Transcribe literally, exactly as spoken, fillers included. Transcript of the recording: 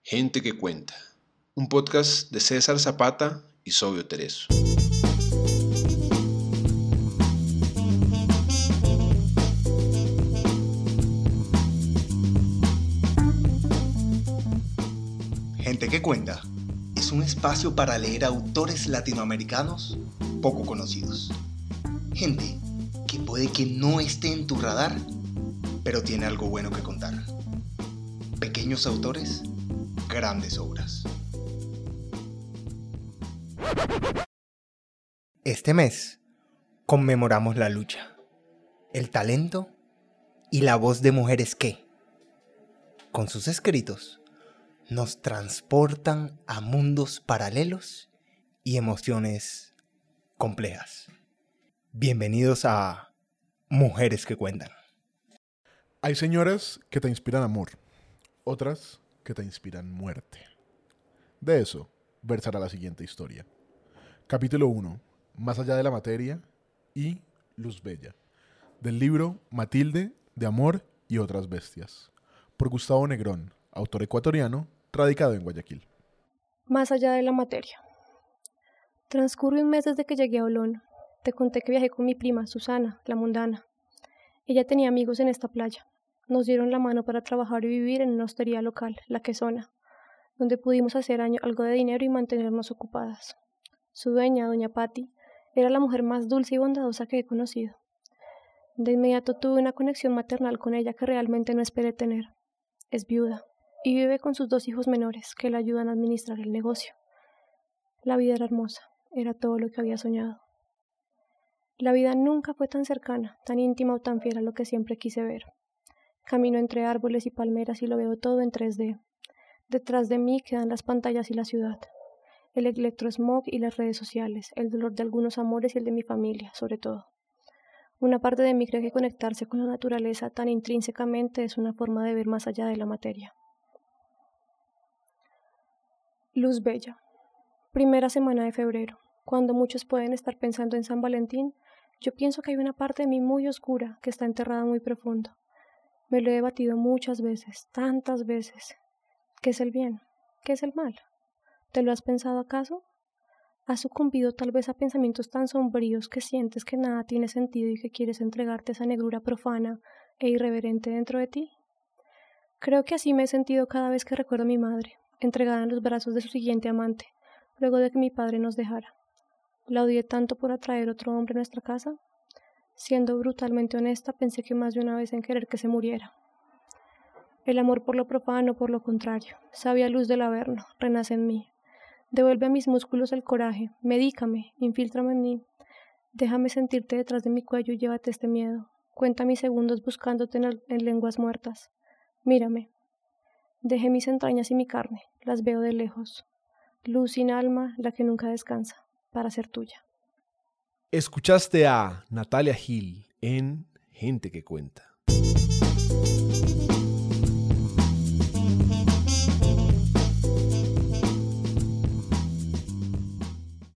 Gente que cuenta, un podcast de César Zapata y Sobio Tereso. Gente que cuenta es un espacio para leer autores latinoamericanos poco conocidos. Gente que puede que no esté en tu radar, pero tiene algo bueno que contar. Pequeños autores, grandes obras. Este mes conmemoramos la lucha, el talento y la voz de mujeres que, con sus escritos, nos transportan a mundos paralelos y emociones complejas. Bienvenidos a Mujeres que Cuentan. Hay señoras que te inspiran amor, otras que te inspiran muerte. De eso versará la siguiente historia. Capítulo uno. Más allá de la materia y Luz Bella. Del libro Matilde, de Amor y otras bestias. Por Gustavo Negrón, autor ecuatoriano, radicado en Guayaquil. Más allá de la materia. Transcurre un mes desde que llegué a Olón. Te conté que viajé con mi prima, Susana, la mundana. Ella tenía amigos en esta playa. Nos dieron la mano para trabajar y vivir en una hostería local, La Quesona, donde pudimos hacer algo de dinero y mantenernos ocupadas. Su dueña, doña Patti, era la mujer más dulce y bondadosa que he conocido. De inmediato tuve una conexión maternal con ella que realmente no esperé tener. Es viuda y vive con sus dos hijos menores que le ayudan a administrar el negocio. La vida era hermosa, era todo lo que había soñado. La vida nunca fue tan cercana, tan íntima o tan fiel a lo que siempre quise ver. Camino entre árboles y palmeras y lo veo todo en tres D. Detrás de mí quedan las pantallas y la ciudad. El electrosmog y las redes sociales, el dolor de algunos amores y el de mi familia, sobre todo. Una parte de mí cree que conectarse con la naturaleza tan intrínsecamente es una forma de ver más allá de la materia. Luz Bella. Primera semana de febrero. Cuando muchos pueden estar pensando en San Valentín, yo pienso que hay una parte de mí muy oscura que está enterrada muy profundo. Me lo he debatido muchas veces, tantas veces. ¿Qué es el bien? ¿Qué es el mal? ¿Te lo has pensado acaso? ¿Has sucumbido tal vez a pensamientos tan sombríos que sientes que nada tiene sentido y que quieres entregarte esa negrura profana e irreverente dentro de ti? Creo que así me he sentido cada vez que recuerdo a mi madre, entregada en los brazos de su siguiente amante, luego de que mi padre nos dejara. La odié tanto por atraer otro hombre a nuestra casa. Siendo brutalmente honesta, pensé que más de una vez en querer que se muriera. El amor por lo profano, por lo contrario, sabia luz del Averno, renace en mí. Devuelve a mis músculos el coraje, medícame, infíltrame en mí. Déjame sentirte detrás de mi cuello y llévate este miedo. Cuenta mis segundos buscándote en, el, en lenguas muertas. Mírame. Dejé mis entrañas y mi carne, las veo de lejos. Luz sin alma, la que nunca descansa, para ser tuya. Escuchaste a Natalia Gil en Gente que Cuenta.